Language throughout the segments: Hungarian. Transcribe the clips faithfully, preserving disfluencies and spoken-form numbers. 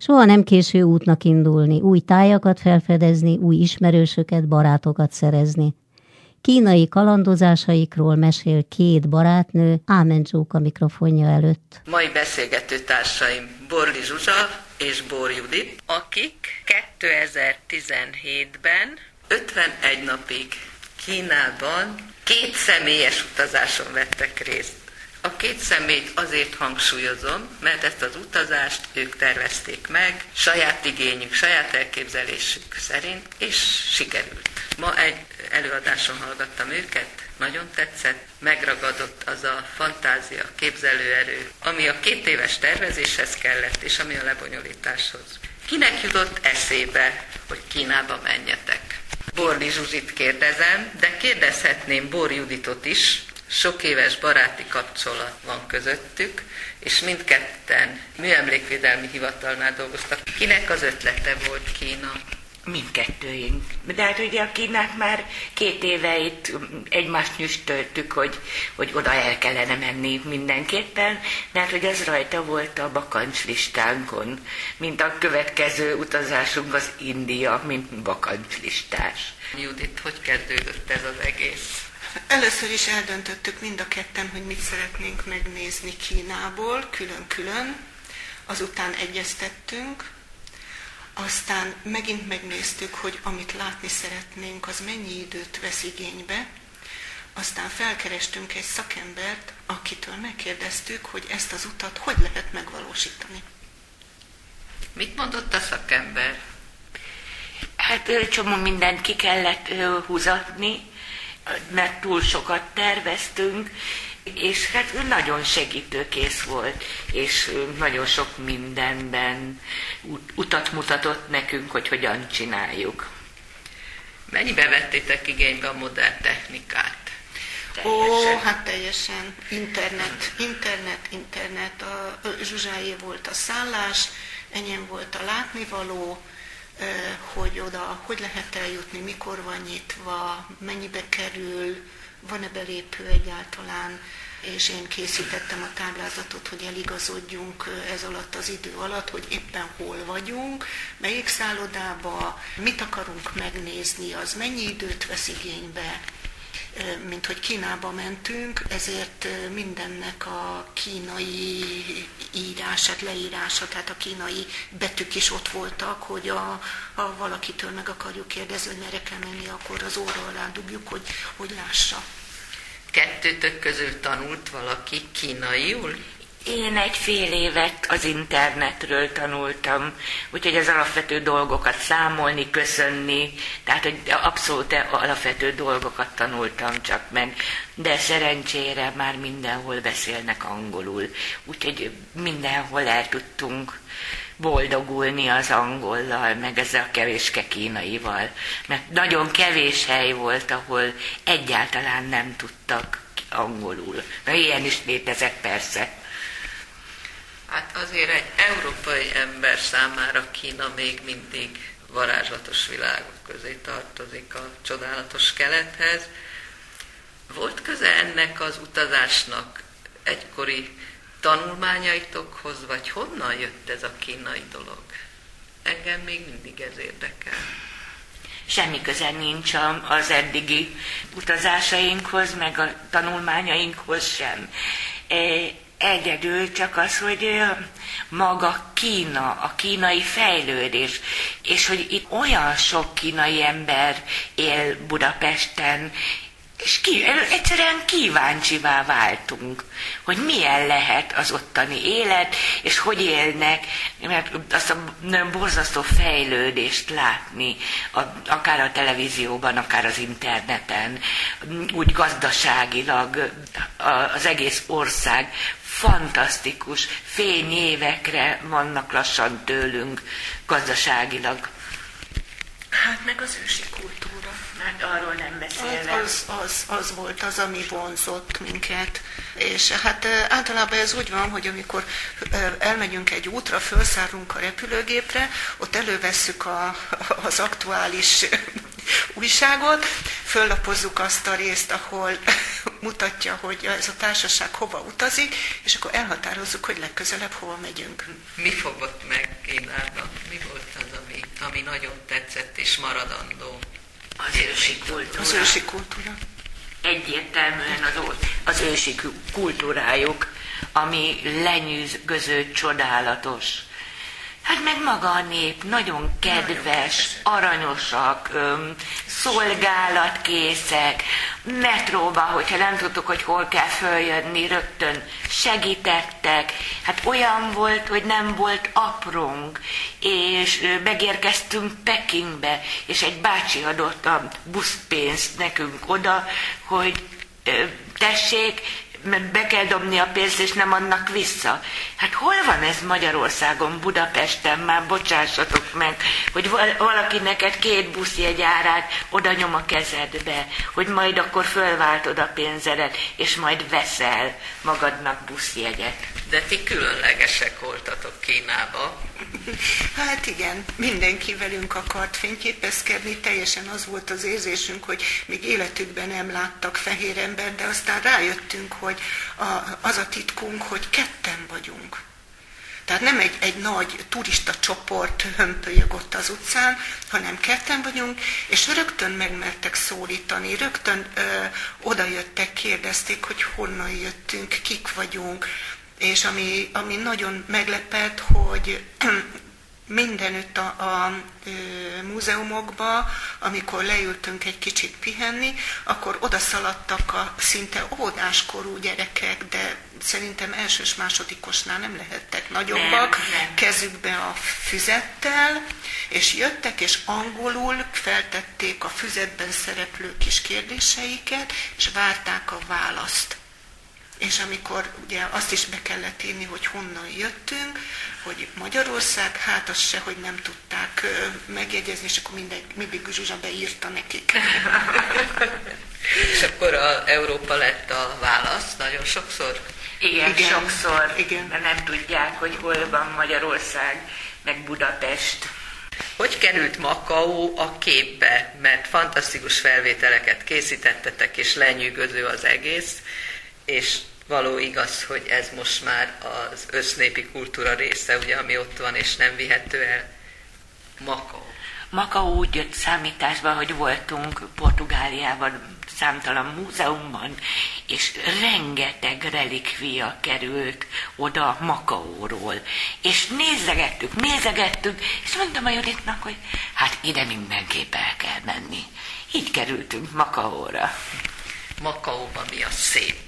Soha nem késő útnak indulni, új tájakat felfedezni, új ismerősöket, barátokat szerezni. Kínai kalandozásaikról mesél két barátnő, Ámen Zsóka mikrofonja előtt. Mai beszélgető társaim Borli Zsuzsa és Bór Judit, akik kétezer-tizenhétben ötvenegy napig Kínában két személyes utazáson vettek részt. A két személyt azért hangsúlyozom, mert ezt az utazást ők tervezték meg, saját igényük, saját elképzelésük szerint, és sikerült. Ma egy előadáson hallgattam őket, nagyon tetszett, megragadott az a fantázia, képzelőerő, ami a két éves tervezéshez kellett, és ami a lebonyolításhoz. Kinek jutott eszébe, hogy Kínába menjetek? Borli Zsuzsit kérdezem, de kérdezhetném Bór Juditot is. Sok éves baráti kapcsolat van közöttük, és mindketten műemlékvédelmi hivatalnál dolgoztak. Kinek az ötlete volt Kína? Mindkettőink. De hát ugye a Kínát már két éve itt egymást nyüstöltük, hogy, hogy oda el kellene menni mindenképpen, de hát hogy az rajta volt a bakancslistánkon, mint a következő utazásunk az India, mint bakancslistás. Judit, hogy kezdődött ez az egész? Először is eldöntöttük mind a ketten, hogy mit szeretnénk megnézni Kínából, külön-külön. Azután egyeztettünk, aztán megint megnéztük, hogy amit látni szeretnénk, az mennyi időt vesz igénybe. Aztán felkerestünk egy szakembert, akitől megkérdeztük, hogy ezt az utat hogy lehet megvalósítani. Mit mondott a szakember? Hát csomó mindent ki kellett húzatni, mert túl sokat terveztünk, és hát ő nagyon segítőkész volt, és nagyon sok mindenben utat mutatott nekünk, hogy hogyan csináljuk. Mennyibe vettétek igénybe a modern technikát? Ó, hát teljesen. Internet, internet, internet. A Zsuzsáé volt a szállás, enyém volt a látnivaló, hogy oda, hogy lehet eljutni, mikor van nyitva, mennyibe kerül, van-e belépő egyáltalán, és én készítettem a táblázatot, hogy eligazodjunk ez alatt az idő alatt, hogy éppen hol vagyunk, melyik szállodába, mit akarunk megnézni, az mennyi időt vesz igénybe, mint hogy Kínába mentünk, ezért mindennek a kínai írását, leírása, tehát a kínai betűk is ott voltak, hogy a, ha valakitől meg akarjuk kérdezni, hogy merre kell menni, akkor az óra alá dugjuk, hogy, hogy lássa. Kettőtök közül tanult valaki kínaiul? Én egy fél évet az internetről tanultam, úgyhogy az alapvető dolgokat számolni, köszönni, tehát hogy abszolút alapvető dolgokat tanultam csak meg, de szerencsére már mindenhol beszélnek angolul, úgyhogy mindenhol el tudtunk boldogulni az angollal, meg ezzel a kevéske kínaival, mert nagyon kevés hely volt, ahol egyáltalán nem tudtak angolul. Na, ilyen is létezett persze. Hát azért egy európai ember számára Kína még mindig varázslatos világok közé tartozik a csodálatos kelethez. Volt köze ennek az utazásnak egykori tanulmányaitokhoz, vagy honnan jött ez a kínai dolog? Engem még mindig ez érdekel. Semmi köze nincs az eddigi utazásainkhoz, meg a tanulmányainkhoz sem. Egyedül csak az, hogy maga Kína, a kínai fejlődés, és hogy itt olyan sok kínai ember él Budapesten, és ki, egyszerűen kíváncsivá váltunk, hogy milyen lehet az ottani élet, és hogy élnek, mert azt a borzasztó fejlődést látni, a, akár a televízióban, akár az interneten, úgy gazdaságilag az egész ország fantasztikus, fényévekre vannak lassan tőlünk gazdaságigilag. Hát meg az ősi kultúra. Hát arról nem beszélve. Az, az, az volt az, ami vonzott minket. És hát általában ez úgy van, hogy amikor elmegyünk egy útra, felszállunk a repülőgépre, ott elővesszük a, az aktuális újságot, föllapozzuk azt a részt, ahol mutatja, hogy ez a társaság hova utazik, és akkor elhatározzuk, hogy legközelebb hova megyünk. Mi fogott meg Kínában? Mi volt az, ami, ami nagyon tetszett és maradandó? Az ősi kultúra. Az ősi kultúra. Egyértelműen az, az ősi kultúrájuk, ami lenyűgöző, csodálatos. Hát meg maga a nép nagyon kedves, aranyosak, öm, szolgálatkészek, metróba, hogyha nem tudtuk, hogy hol kell följönni, rögtön segítettek. Hát olyan volt, hogy nem volt aprónk, és megérkeztünk Pekingbe, és egy bácsi adott a buszpénzt nekünk oda, hogy ö, tessék, be kell dobni a pénzt, és nem adnak vissza. Hát hol van ez Magyarországon, Budapesten, már bocsássatok meg, hogy valaki neked két buszjegy árát oda nyom a kezedbe, hogy majd akkor fölváltod a pénzedet, és majd veszel magadnak buszjegyet. De ti különlegesek voltatok Kínába. Hát igen, mindenki velünk akart fényképezkedni, teljesen az volt az érzésünk, hogy még életükben nem láttak fehér embert, de aztán rájöttünk, hogy a, az a titkunk, hogy ketten vagyunk. Tehát nem egy, egy nagy turista csoport hömpölyög ott az utcán, hanem ketten vagyunk, és rögtön megmertek szólítani, rögtön ö, odajöttek, kérdezték, hogy honnan jöttünk, kik vagyunk, és ami, ami nagyon meglepett, hogy mindenütt a, a, a múzeumokba, amikor leültünk egy kicsit pihenni, akkor odaszaladtak a szinte óvodáskorú gyerekek, de szerintem elsős másodikosnál nem lehettek nagyobbak, nem, nem. kezükbe a füzettel, és jöttek, és angolul feltették a füzetben szereplő kis kérdéseiket, és várták a választ. És amikor ugye azt is be kellett írni, hogy honnan jöttünk, hogy Magyarország, hát azt se, hogy nem tudták megjegyezni, és akkor mindegy, mindig Zsuzsa beírta nekik. És akkor a Európa lett a válasz nagyon sokszor? Igen, igen sokszor, igen. Mert nem tudják, hogy hol van Magyarország, meg Budapest. Hogy került Makao a képbe? Mert fantasztikus felvételeket készítettetek, és lenyűgöző az egész, és való igaz, hogy ez most már az össznépi kultúra része, ugye, ami ott van, és nem vihető el. Makao. Makao úgy jött számításba, hogy voltunk Portugáliában, számtalan múzeumban, és rengeteg relikvia került oda Makaóról. És nézegettük, nézegettük, és mondtam a Juditnak, hogy hát ide mindenképp el kell menni. Így kerültünk Makaóra. Makaóban mi a szép?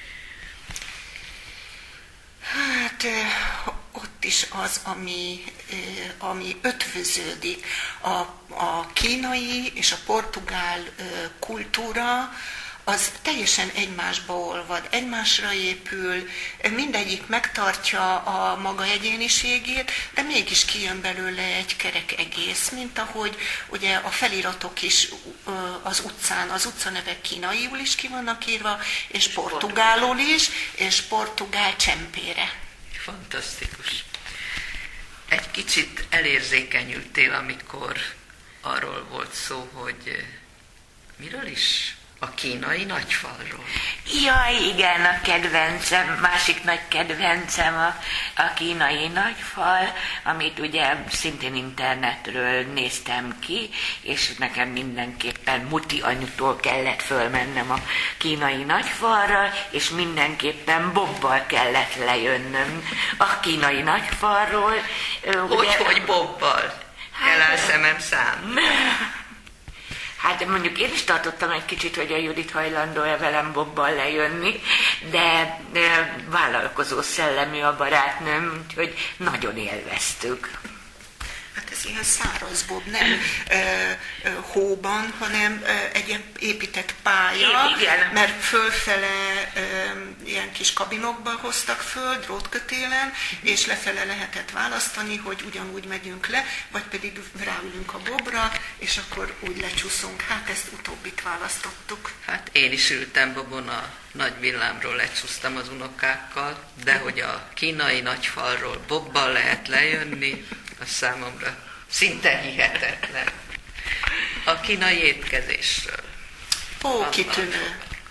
Hát ott is az, ami, ami ötvöződik. A, a kínai és a portugál kultúra az teljesen egymásba olvad, egymásra épül, mindegyik megtartja a maga egyéniségét, de mégis kijön belőle egy kerek egész, mint ahogy ugye a feliratok is az utcán, az utcanevek kínaiul is ki vannak írva, és portugálul is, és portugál csempére. Fantasztikus. Egy kicsit elérzékenyültél, amikor arról volt szó, hogy miről is? A kínai nagyfalról. Jaj, igen, a kedvencem, másik nagy kedvencem a, a kínai nagyfal, amit ugye szintén internetről néztem ki, és nekem mindenképpen Muti anyutól kellett fölmennem a kínai nagyfalra, és mindenképpen Bobbal kellett lejönnöm a kínai nagyfalról. Hogy, ugye, hogy Bobbal? Eláll szemem szám. Hát mondjuk én is tartottam egy kicsit, hogy a Judit hajlandó-e velem Bobbal lejönni, de, de vállalkozó szellemű a barátnőm, úgyhogy nagyon élveztük. Hát ez ilyen száraz bob, nem ö, ö, hóban, hanem ö, egy ilyen épített pálya, igen. Mert fölfele ö, ilyen kis kabinokba hoztak föl, drótkötélen, uh-huh. és lefele lehetett választani, hogy ugyanúgy megyünk le, vagy pedig ráülünk a bobra, és akkor úgy lecsúszunk. Hát ezt utóbbit választottuk. Hát én is ültem bobon, a nagy villámról lecsúsztam az unokákkal, de uh-huh. hogy a kínai nagyfalról bobbal lehet lejönni, az számomra szinte hihetetlen. A kínai étkezésről. Ó, kitűnő.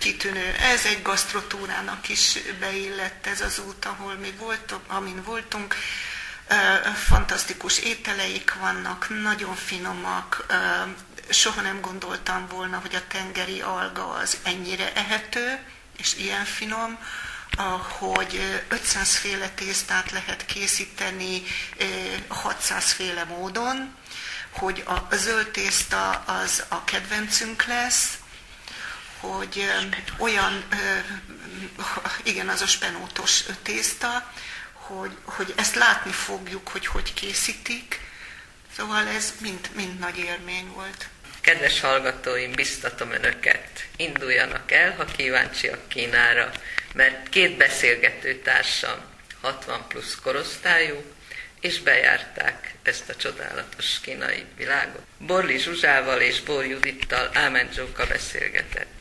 kitűnő. Ez egy gasztrotúrának is beillett ez az út, ahol mi voltunk, amin voltunk. Fantasztikus ételeik vannak, nagyon finomak. Soha nem gondoltam volna, hogy a tengeri alga az ennyire ehető, és ilyen finom, hogy ötszáz féle tésztát lehet készíteni hatszáz féle módon, hogy a zöld tészta az a kedvencünk lesz, hogy olyan, igen, az a spenótos tészta, hogy, hogy ezt látni fogjuk, hogy hogy készítik. Szóval ez mind, mind nagy élmény volt. Kedves hallgatóim, biztatom önöket, induljanak el, ha kíváncsiak Kínára, mert két beszélgető társam hatvan plusz korosztályú, és bejárták ezt a csodálatos kínai világot. Borli Zsuzsával és Bor Judittal Ámen Zsóka beszélgetett.